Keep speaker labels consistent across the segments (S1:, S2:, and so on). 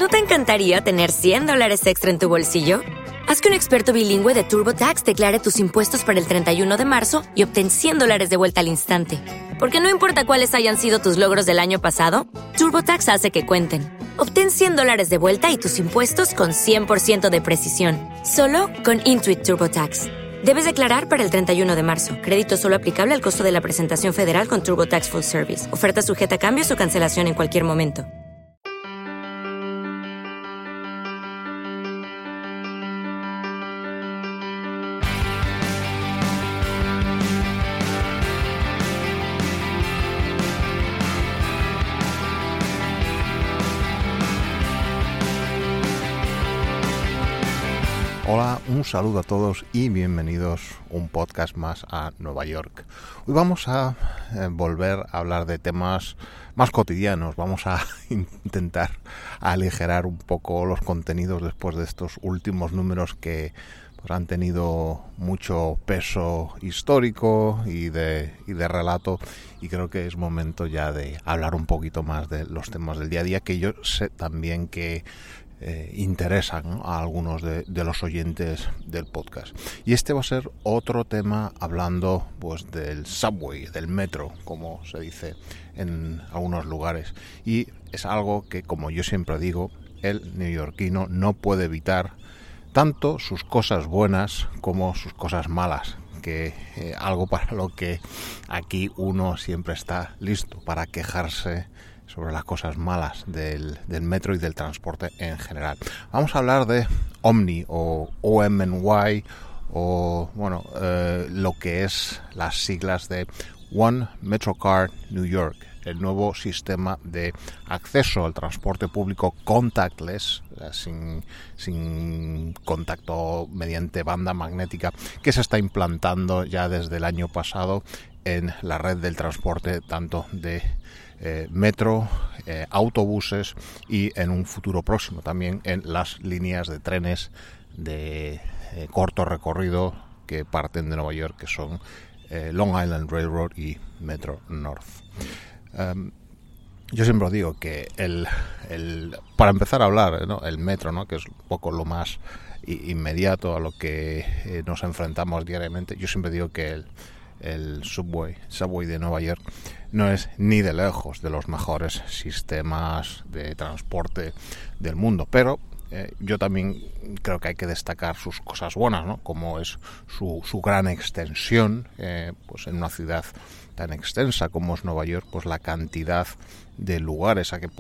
S1: ¿No te encantaría tener $100 extra en tu bolsillo? Haz que un experto bilingüe de TurboTax declare tus impuestos para el 31 de marzo y obtén $100 de vuelta al instante. Porque no importa cuáles hayan sido tus logros del año pasado, TurboTax hace que cuenten. Obtén $100 de vuelta y tus impuestos con 100% de precisión. Solo con Intuit TurboTax. Debes declarar para el 31 de marzo. Crédito solo aplicable al costo de la presentación federal con TurboTax Full Service. Oferta sujeta a cambios o cancelación en cualquier momento.
S2: Hola, un saludo a todos y bienvenidos un podcast más a Nueva York. Hoy vamos a volver a hablar de temas más cotidianos. Vamos a intentar aligerar un poco los contenidos después de estos últimos números que pues, han tenido mucho peso histórico y de relato, y creo que es momento ya de hablar un poquito más de los temas del día a día, que yo sé también que interesan, ¿no?, a algunos de los oyentes del podcast. Y este va a ser otro tema hablando pues del subway, del metro, como se dice en algunos lugares. Y es algo que, como yo siempre digo, el neoyorquino no puede evitar, tanto sus cosas buenas como sus cosas malas, que algo para lo que aquí uno siempre está listo para quejarse sobre las cosas malas del metro y del transporte en general. Vamos a hablar de Omni o OMNY, o bueno, lo que es las siglas de One MetroCard New York, el nuevo sistema de acceso al transporte público contactless, sin contacto mediante banda magnética, que se está implantando ya desde el año pasado en la red del transporte, tanto de metro, autobuses, y en un futuro próximo también en las líneas de trenes de corto recorrido que parten de Nueva York, que son Long Island Railroad y Metro North. Yo siempre os digo que para empezar a hablar, ¿no?, el metro, ¿no?, que es un poco lo más inmediato a lo que nos enfrentamos diariamente, yo siempre digo que el subway de Nueva York no es ni de lejos de los mejores sistemas de transporte del mundo, pero yo también creo que hay que destacar sus cosas buenas, ¿no?, como es su gran extensión, pues en una ciudad tan extensa como es Nueva York, pues la cantidad de lugares a que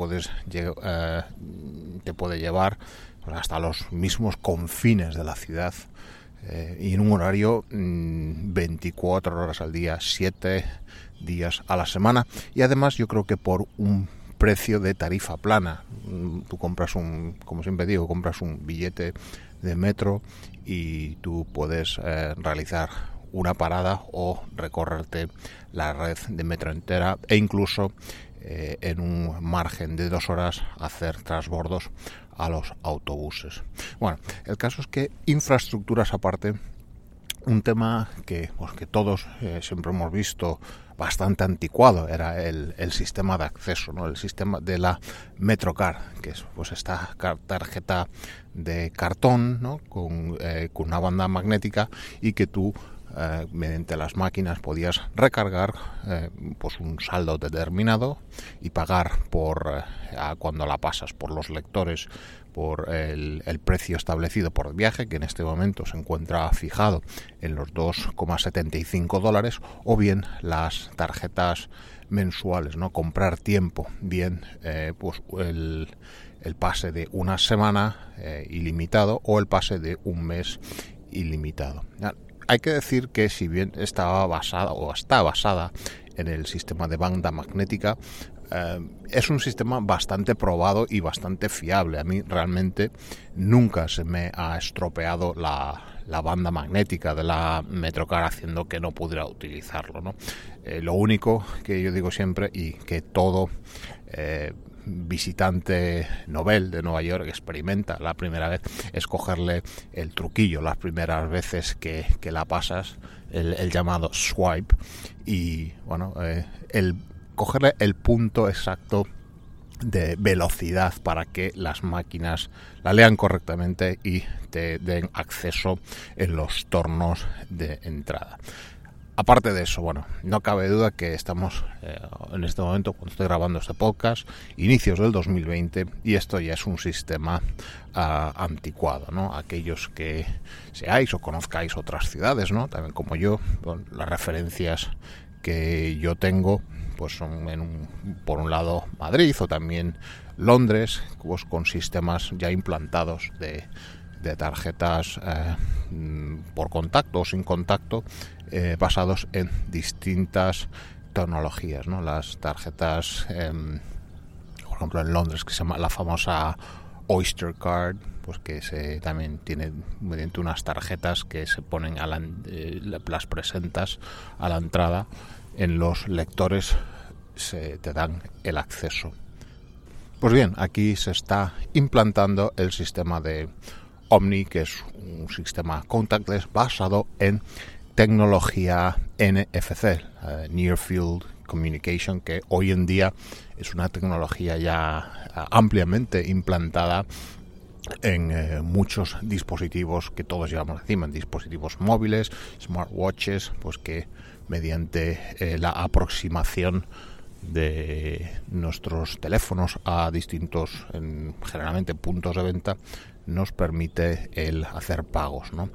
S2: te puede llevar pues hasta los mismos confines de la ciudad, y en un horario 24 horas al día, 7 días a la semana, y además yo creo que por un precio de tarifa plana. Tú compras como siempre digo, compras un billete de metro y tú puedes realizar una parada o recorrerte la red de metro entera, e incluso en un margen de 2 horas hacer transbordos a los autobuses. Bueno, el caso es que, infraestructuras aparte, un tema que todos siempre hemos visto bastante anticuado era el sistema de acceso, ¿no?, el sistema de la MetroCard, que es pues esta tarjeta de cartón, ¿no?, con una banda magnética, y que tú mediante las máquinas podías recargar pues un saldo determinado y pagar por cuando la pasas por los lectores por el precio establecido por viaje, que en este momento se encuentra fijado en los $2,75, o bien las tarjetas mensuales, ¿no?, comprar tiempo, bien pues el pase de una semana ilimitado, o el pase de un mes ilimitado. Hay que decir que, si bien está basada en el sistema de banda magnética, es un sistema bastante probado y bastante fiable. A mí realmente nunca se me ha estropeado la banda magnética de la MetroCard, haciendo que no pudiera utilizarlo, ¿no? Lo único que yo digo siempre, y que todo visitante novel de Nueva York experimenta la primera vez, es cogerle el truquillo las primeras veces que la pasas, el llamado swipe, y bueno, el cogerle el punto exacto de velocidad para que las máquinas la lean correctamente y te den acceso en los tornos de entrada. Aparte de eso, bueno, no cabe duda que estamos en este momento, cuando estoy grabando este podcast, inicios del 2020, y esto ya es un sistema anticuado, ¿no? Aquellos que seáis o conozcáis otras ciudades, ¿no? También como yo, bueno, las referencias que yo tengo pues son por un lado Madrid o también Londres, pues con sistemas ya implantados de tarjetas por contacto o sin contacto, basados en distintas tecnologías, ¿no? Las tarjetas, por ejemplo en Londres, que se llama la famosa Oyster Card, pues que también tiene mediante unas tarjetas que se ponen las presentas a la entrada, en los lectores te dan el acceso. Pues bien, aquí se está implantando el sistema de Omni, que es un sistema contactless basado en tecnología NFC, Near Field Communication, que hoy en día es una tecnología ya ampliamente implantada en muchos dispositivos que todos llevamos encima, en dispositivos móviles, smartwatches, pues que mediante la aproximación de nuestros teléfonos a distintos, generalmente puntos de venta, nos permite el hacer pagos, ¿no?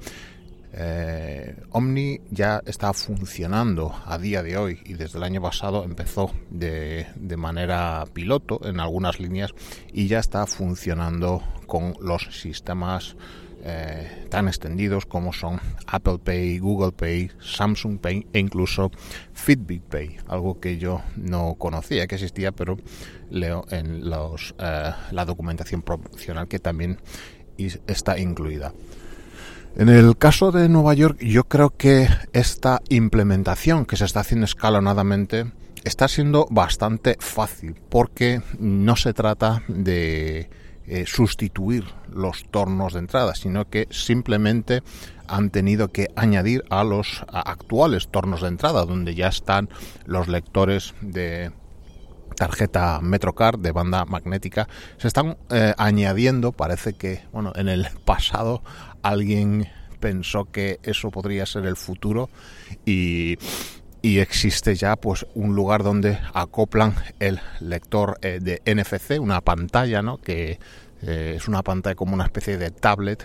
S2: Omni ya está funcionando a día de hoy y desde el año pasado empezó de manera piloto en algunas líneas y ya está funcionando con los sistemas tan extendidos como son Apple Pay, Google Pay, Samsung Pay e incluso Fitbit Pay, algo que yo no conocía que existía, pero leo en la documentación promocional que también está incluida. En el caso de Nueva York, yo creo que esta implementación que se está haciendo escalonadamente está siendo bastante fácil, porque no se trata de sustituir los tornos de entrada, sino que simplemente han tenido que añadir a los actuales tornos de entrada, donde ya están los lectores de tarjeta MetroCard de banda magnética. Se están añadiendo, parece que, bueno, en el pasado alguien pensó que eso podría ser el futuro y existe ya pues un lugar donde acoplan el lector de NFC, una pantalla, ¿no? Que es una pantalla como una especie de tablet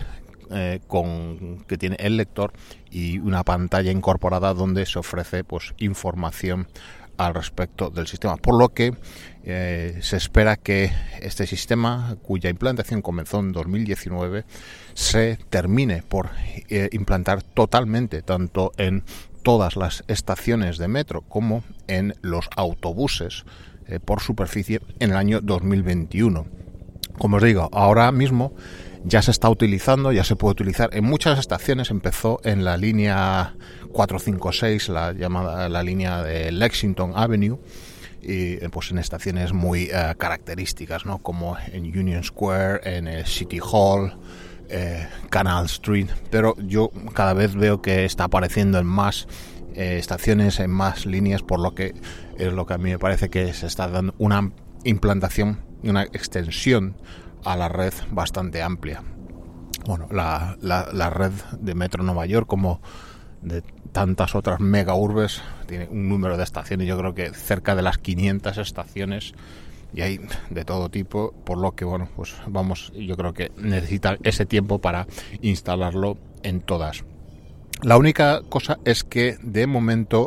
S2: que tiene el lector y una pantalla incorporada donde se ofrece pues información al respecto del sistema, por lo que se espera que este sistema, cuya implantación comenzó en 2019, se termine por implantar totalmente, tanto en todas las estaciones de metro como en los autobuses por superficie en el año 2021. Como os digo, ahora mismo ya se está utilizando, ya se puede utilizar en muchas estaciones. Empezó en la línea 456, la línea de Lexington Avenue, y pues en estaciones muy características, ¿no? Como en Union Square, en City Hall, Canal Street, pero yo cada vez veo que está apareciendo en más estaciones, en más líneas, por lo que es lo que a mí me parece que se está dando una implantación y una extensión a la red bastante amplia. Bueno, la red de Metro Nueva York, como de tantas otras mega urbes, tiene un número de estaciones, yo creo que cerca de las 500 estaciones, y hay de todo tipo, por lo que, bueno, pues yo creo que necesita ese tiempo para instalarlo en todas. La única cosa es que de momento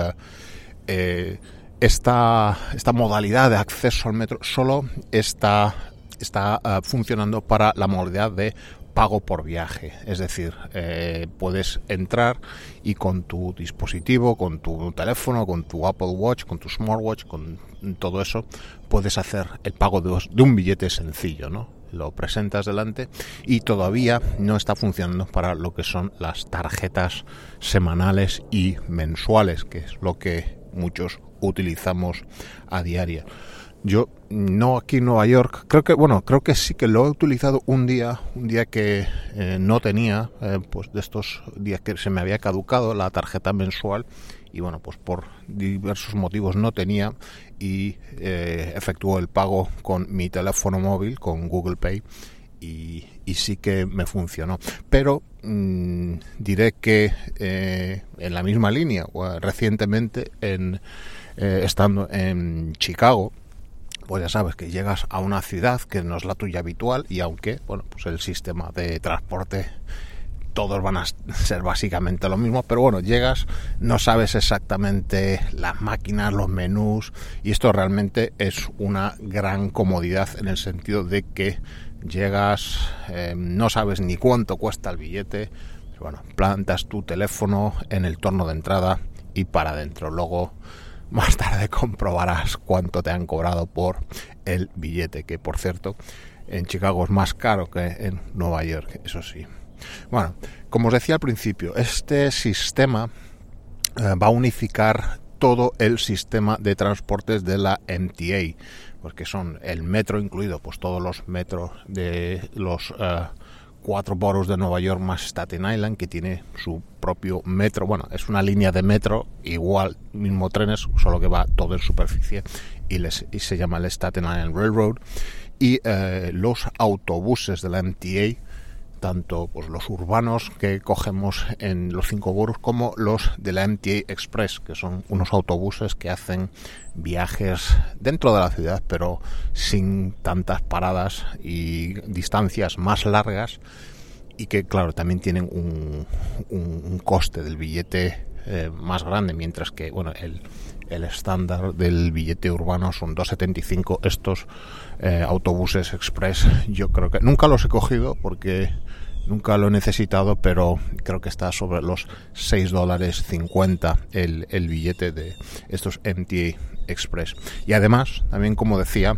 S2: esta modalidad de acceso al metro solo está funcionando para la modalidad de pago por viaje, es decir, puedes entrar y con tu dispositivo, con tu teléfono, con tu Apple Watch, con tu smartwatch, con todo eso, puedes hacer el pago de un billete sencillo, ¿no? Lo presentas delante y todavía no está funcionando para lo que son las tarjetas semanales y mensuales, que es lo que muchos utilizamos a diario. Yo no aquí en Nueva York, creo que sí que lo he utilizado un día que no tenía, pues de estos días que se me había caducado la tarjeta mensual, y bueno, pues por diversos motivos no tenía, y efectuó el pago con mi teléfono móvil, con Google Pay, y sí que me funcionó. Pero diré que en la misma línea, recientemente estando en Chicago, pues ya sabes que llegas a una ciudad que no es la tuya habitual, y aunque bueno, pues el sistema de transporte todos van a ser básicamente lo mismo, pero bueno, llegas, no sabes exactamente las máquinas, los menús, y esto realmente es una gran comodidad en el sentido de que llegas, no sabes ni cuánto cuesta el billete, bueno, plantas tu teléfono en el torno de entrada y para adentro. Luego más tarde comprobarás cuánto te han cobrado por el billete, que por cierto en Chicago es más caro que en Nueva York, eso sí. Bueno, como os decía al principio, este sistema va a unificar todo el sistema de transportes de la MTA, porque son el metro incluido, pues todos los metros de los 4 boroughs de Nueva York más Staten Island, que tiene su propio metro. Bueno, es una línea de metro, igual, mismo trenes, solo que va todo en superficie, y se llama el Staten Island Railroad. Y los autobuses de la MTA, tanto pues los urbanos que cogemos en los 5 boroughs como los de la MTA Express, que son unos autobuses que hacen viajes dentro de la ciudad, pero sin tantas paradas y distancias más largas, y que claro, también tienen un coste del billete más grande, mientras que bueno, el estándar del billete urbano son 2,75. Estos autobuses express, yo creo que nunca los he cogido porque nunca lo he necesitado, pero creo que está sobre los $6.50 el billete de estos MTA Express. Y además, también como decía,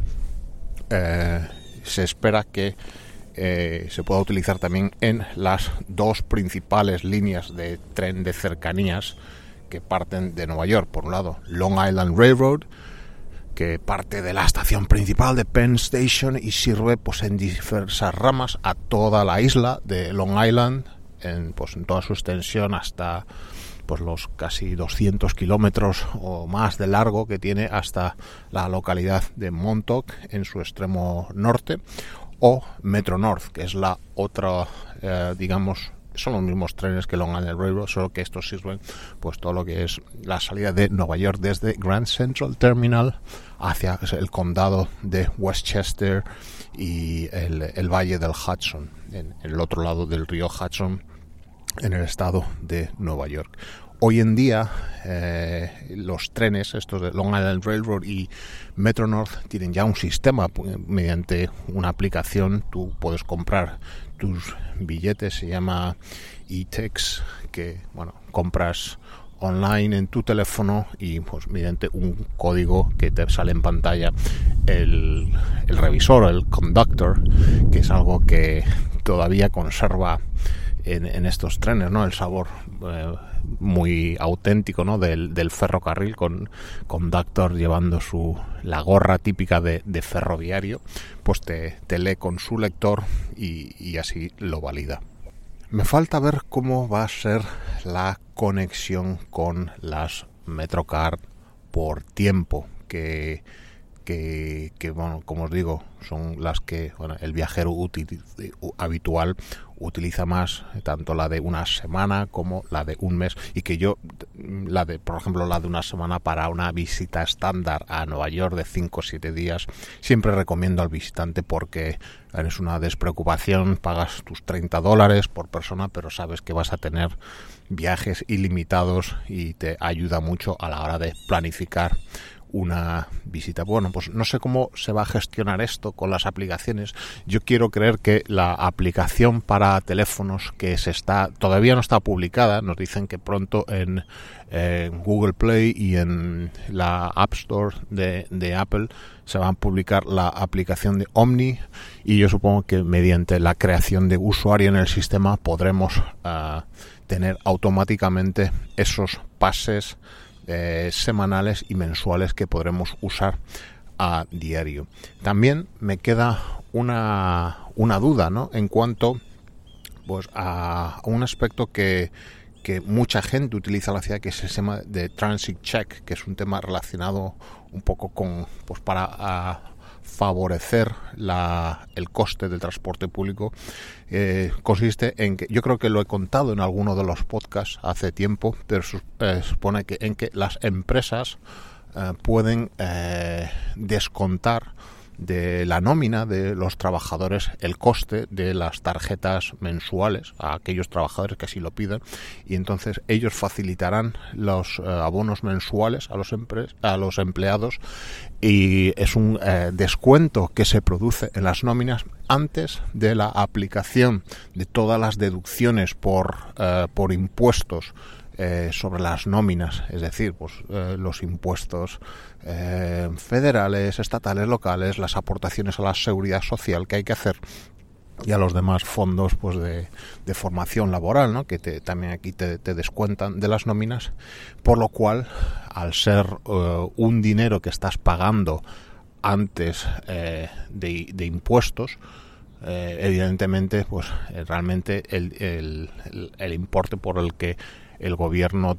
S2: se espera que se pueda utilizar también en las 2 principales líneas de tren de cercanías que parten de Nueva York. Por un lado, Long Island Railroad, que parte de la estación principal de Penn Station y sirve pues en diversas ramas a toda la isla de Long Island, en toda su extensión hasta pues los casi 200 kilómetros o más de largo que tiene hasta la localidad de Montauk en su extremo norte, o Metro North, que es la otra, digamos, son los mismos trenes que Long Island Railroad, solo que estos sirven pues todo lo que es la salida de Nueva York desde Grand Central Terminal hacia el condado de Westchester y el valle del Hudson, en el otro lado del río Hudson, en el estado de Nueva York. Hoy en día los trenes, estos de Long Island Railroad y Metro North, tienen ya un sistema mediante una aplicación. Tú puedes comprar tus billetes, se llama eTix, que bueno, compras online en tu teléfono y pues mediante un código que te sale en pantalla el revisor, el conductor, que es algo que todavía conserva en estos trenes, ¿no? El sabor muy auténtico, ¿no? del ferrocarril, con conductor llevando la gorra típica de ferroviario, pues te lee con su lector y así lo valida. Me falta ver cómo va a ser la conexión con las Metrocard por tiempo, que bueno, como os digo, son las que bueno, el viajero habitual utiliza más, tanto la de una semana como la de un mes, y que yo, por ejemplo, la de una semana para una visita estándar a Nueva York de 5 o 7 días, siempre recomiendo al visitante, porque es una despreocupación, pagas tus $30 por persona, pero sabes que vas a tener viajes ilimitados y te ayuda mucho a la hora de planificar una visita. Bueno, pues no sé cómo se va a gestionar esto con las aplicaciones. Yo quiero creer que la aplicación para teléfonos que todavía no está publicada, nos dicen que pronto en Google Play y en la App Store de Apple se va a publicar la aplicación de Omni, y yo supongo que mediante la creación de usuario en el sistema podremos tener automáticamente esos pases semanales y mensuales que podremos usar a diario. También me queda una duda, ¿no? En cuanto pues a un aspecto que que mucha gente utiliza en la ciudad, que es el tema de Transit Check, que es un tema relacionado un poco con, pues para favorecer el coste del transporte público. Consiste en que, yo creo que lo he contado en alguno de los podcasts hace tiempo, pero supone que en que las empresas pueden descontar de la nómina de los trabajadores el coste de las tarjetas mensuales a aquellos trabajadores que así lo pidan, y entonces ellos facilitarán los abonos mensuales a los empleados, y es un descuento que se produce en las nóminas antes de la aplicación de todas las deducciones por impuestos sobre las nóminas, es decir, pues los impuestos federales, estatales, locales, las aportaciones a la seguridad social que hay que hacer, y a los demás fondos, pues de formación laboral, ¿no? Que también aquí te descuentan de las nóminas, por lo cual, al ser un dinero que estás pagando antes de impuestos, evidentemente, pues realmente el importe por el que el gobierno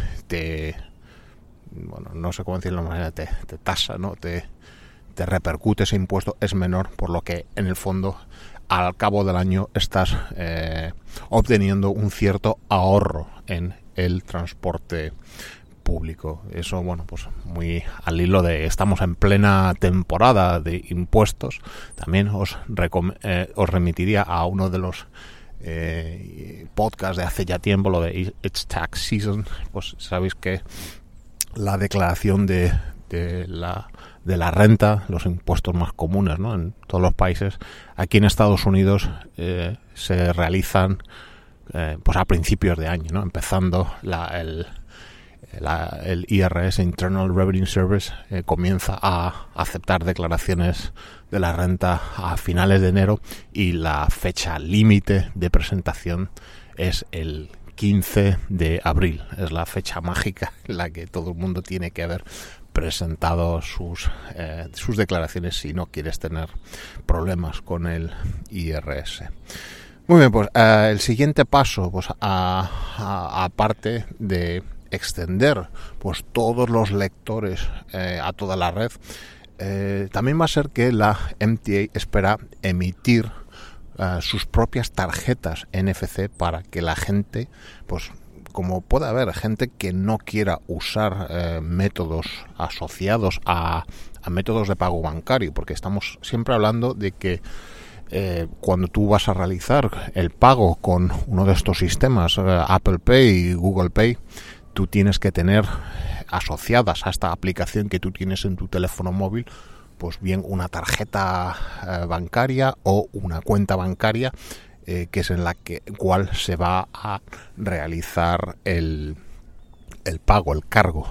S2: bueno, no sé cómo decirlo de manera, te tasa, ¿no? Te repercute ese impuesto, es menor, por lo que en el fondo al cabo del año estás obteniendo un cierto ahorro en el transporte público. Eso, bueno, pues muy al hilo de estamos en plena temporada de impuestos. También os remitiría a uno de los podcast de hace ya tiempo, lo de It's Tax Season. Pues sabéis que la declaración de la renta, los impuestos más comunes, ¿no?, en todos los países, aquí en Estados Unidos se realizan pues a principios de año, ¿no?, empezando el IRS, Internal Revenue Service, comienza a aceptar declaraciones de la renta a finales de enero, y la fecha límite de presentación es el 15 de abril. Es la fecha mágica en la que todo el mundo tiene que haber presentado sus declaraciones si no quieres tener problemas con el IRS. Muy bien, pues el siguiente paso, pues aparte de extender pues todos los lectores a toda la red, también va a ser que la MTA espera emitir sus propias tarjetas NFC para que la gente, pues como puede haber gente que no quiera usar métodos asociados a métodos de pago bancario, porque estamos siempre hablando de que cuando tú vas a realizar el pago con uno de estos sistemas, Apple Pay y Google Pay, tú tienes que tener asociadas a esta aplicación que tú tienes en tu teléfono móvil, pues bien una tarjeta bancaria o una cuenta bancaria, que es en la cual se va a realizar el pago, el cargo.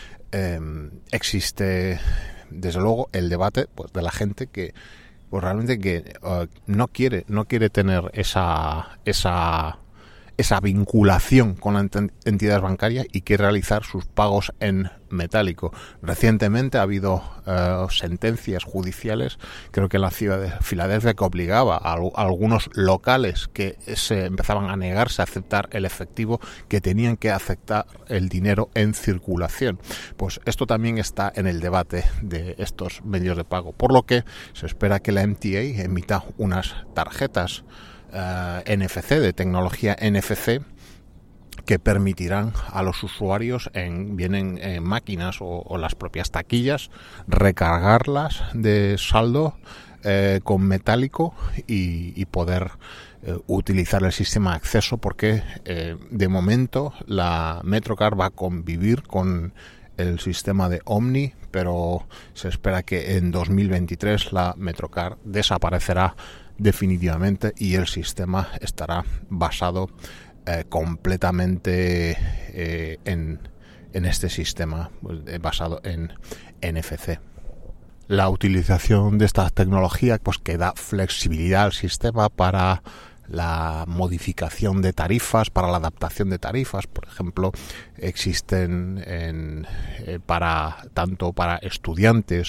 S2: Existe desde luego el debate, pues, de la gente que pues realmente que no quiere tener esa vinculación con la entidad bancaria y quiere realizar sus pagos en metálico. Recientemente ha habido sentencias judiciales, creo que en la ciudad de Filadelfia, que obligaba a algunos locales que se empezaban a negarse a aceptar el efectivo, que tenían que aceptar el dinero en circulación. Pues esto también está en el debate de estos medios de pago, por lo que se espera que la MTA emita unas tarjetas NFC, de tecnología NFC, que permitirán a los usuarios vienen en máquinas o las propias taquillas, recargarlas de saldo con metálico y poder utilizar el sistema de acceso, porque de momento la Metrocard va a convivir con el sistema de Omni, pero se espera que en 2023 la Metrocard desaparecerá definitivamente y el sistema estará basado completamente en este sistema, pues, basado en NFC. La utilización de esta tecnología, pues, que da flexibilidad al sistema para la modificación de tarifas, para la adaptación de tarifas. Por ejemplo, existen tanto para estudiantes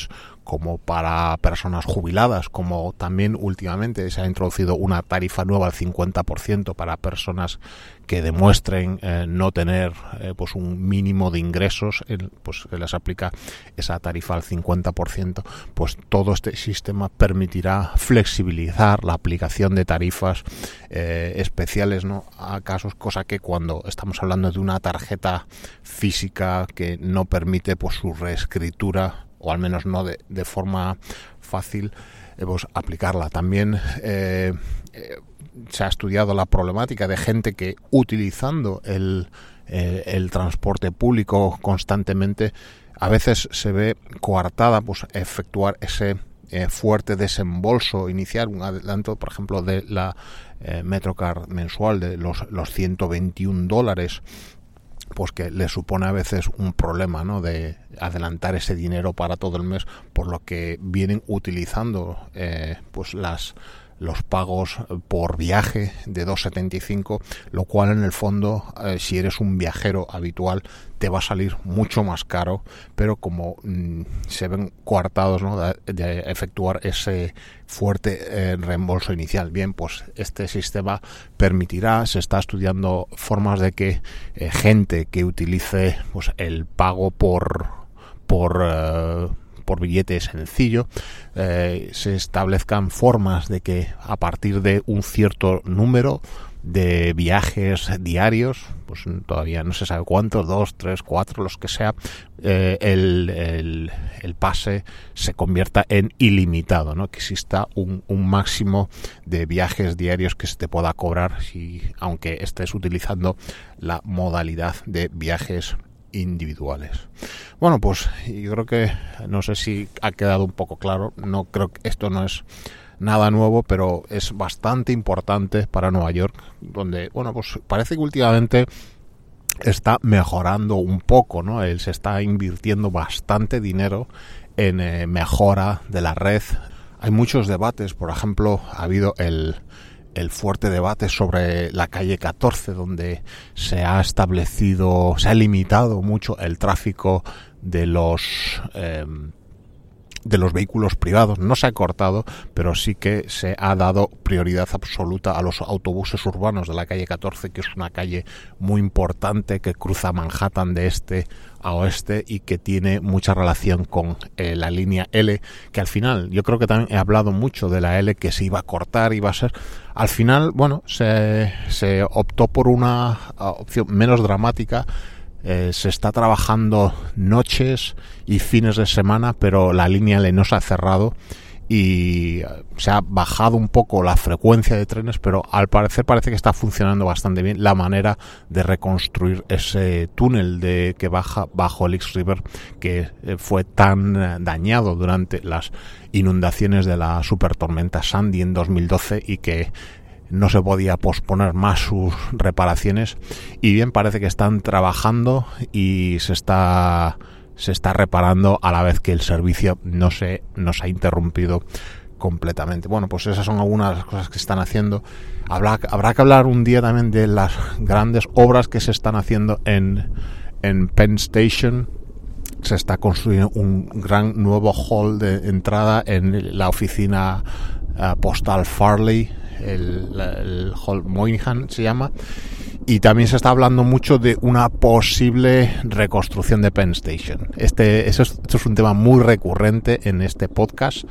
S2: como para personas jubiladas, como también últimamente se ha introducido una tarifa nueva al 50% para personas que demuestren no tener pues un mínimo de ingresos, pues se les aplica esa tarifa al 50%. Pues todo este sistema permitirá flexibilizar la aplicación de tarifas especiales, ¿no?, a casos, cosa que cuando estamos hablando de una tarjeta física que no permite pues su reescritura, o al menos no de forma fácil, pues aplicarla. También se ha estudiado la problemática de gente que utilizando el transporte público constantemente a veces se ve coartada pues efectuar ese fuerte desembolso inicial, un adelanto, por ejemplo, de la Metrocard mensual de los $121, pues que le supone a veces un problema, ¿no?, de adelantar ese dinero para todo el mes, por lo que vienen utilizando pues los pagos por viaje de 2,75, lo cual en el fondo, si eres un viajero habitual, te va a salir mucho más caro, pero como se ven coartados, ¿no?, de efectuar ese fuerte reembolso inicial. Bien, pues este sistema permitirá, se está estudiando formas de que gente que utilice pues el pago por billete sencillo, se establezcan formas de que a partir de un cierto número de viajes diarios, pues todavía no se sabe cuántos, 2, 3, 4, los que sea, el pase se convierta en ilimitado, ¿no?, que exista un máximo de viajes diarios que se te pueda cobrar, aunque estés utilizando la modalidad de viajes individuales. Bueno, pues yo creo que, no sé si ha quedado un poco claro, no creo que esto no es nada nuevo, pero es bastante importante para Nueva York, donde, bueno, pues parece que últimamente está mejorando un poco, ¿no? Se está invirtiendo bastante dinero en mejora de la red. Hay muchos debates, por ejemplo, ha habido el fuerte debate sobre la calle 14, donde se ha limitado mucho el tráfico de los vehículos privados. No se ha cortado, pero sí que se ha dado prioridad absoluta a los autobuses urbanos de la calle 14, que es una calle muy importante que cruza Manhattan de este a oeste y que tiene mucha relación con la línea L, que al final, yo creo que también he hablado mucho de la L, que se iba a cortar, iba a ser, al final, bueno, se optó por una opción menos dramática. Se está trabajando noches y fines de semana, pero la línea L no se ha cerrado y se ha bajado un poco la frecuencia de trenes, pero al parecer parece que está funcionando bastante bien la manera de reconstruir ese túnel que baja bajo el East River, que fue tan dañado durante las inundaciones de la supertormenta Sandy en 2012 y que no se podía posponer más sus reparaciones. Y bien, parece que están trabajando y se está reparando a la vez que el servicio no se nos ha interrumpido completamente. Bueno, pues esas son algunas de las cosas que se están haciendo. Habrá que hablar un día también de las grandes obras que se están haciendo en Penn Station. Se está construyendo un gran nuevo hall de entrada en la oficina postal Farley, el Hall Moynihan se llama, y también se está hablando mucho de una posible reconstrucción de Penn Station. Esto es un tema muy recurrente en este podcast.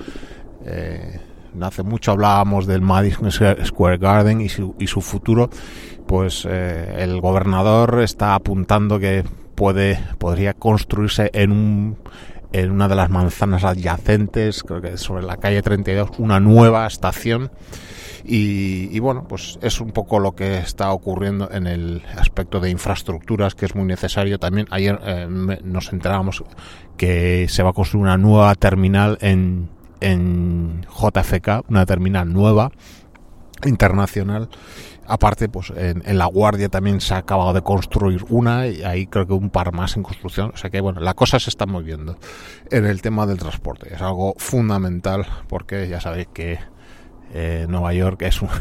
S2: Hace mucho hablábamos del Madison Square Garden y su futuro. Pues el gobernador está apuntando que podría construirse en una de las manzanas adyacentes, creo que sobre la calle 32, una nueva estación. Y bueno, pues es un poco lo que está ocurriendo en el aspecto de infraestructuras, que es muy necesario. También ayer nos enterábamos que se va a construir una nueva terminal en JFK, una terminal nueva internacional. Aparte, pues en La Guardia también se ha acabado de construir una, y ahí creo que un par más en construcción. O sea que, bueno, la cosa se está moviendo en el tema del transporte. Es algo fundamental porque ya sabéis que Nueva York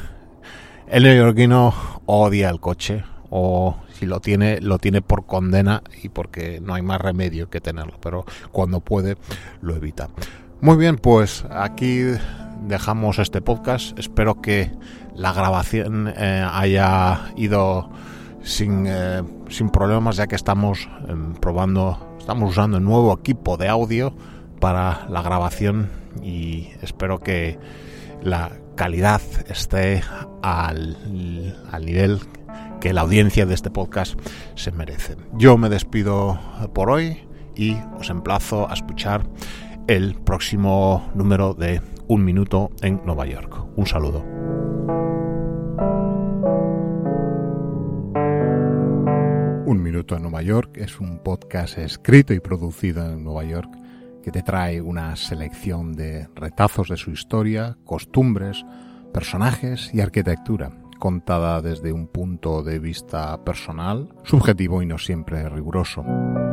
S2: el neoyorquino odia el coche, o si lo tiene por condena y porque no hay más remedio que tenerlo, pero cuando puede lo evita. Muy bien, pues aquí dejamos este podcast. Espero que la grabación haya ido sin problemas, ya que estamos estamos usando el nuevo equipo de audio para la grabación y espero que la calidad esté al nivel que la audiencia de este podcast se merece. Yo me despido por hoy y os emplazo a escuchar el próximo número de Un Minuto en Nueva York. Un saludo. Un Minuto en Nueva York es un podcast escrito y producido en Nueva York que te trae una selección de retazos de su historia, costumbres, personajes y arquitectura, contada desde un punto de vista personal, subjetivo y no siempre riguroso.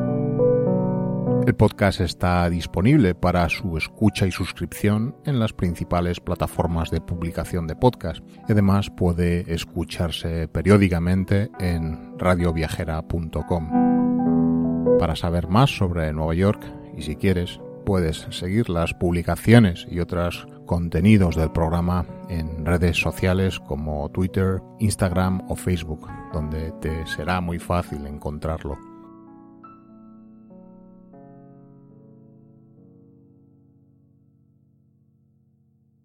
S2: El podcast está disponible para su escucha y suscripción en las principales plataformas de publicación de podcast y además puede escucharse periódicamente en radioviajera.com. Para saber más sobre Nueva York y si quieres, puedes seguir las publicaciones y otros contenidos del programa en redes sociales como Twitter, Instagram o Facebook, donde te será muy fácil encontrarlo.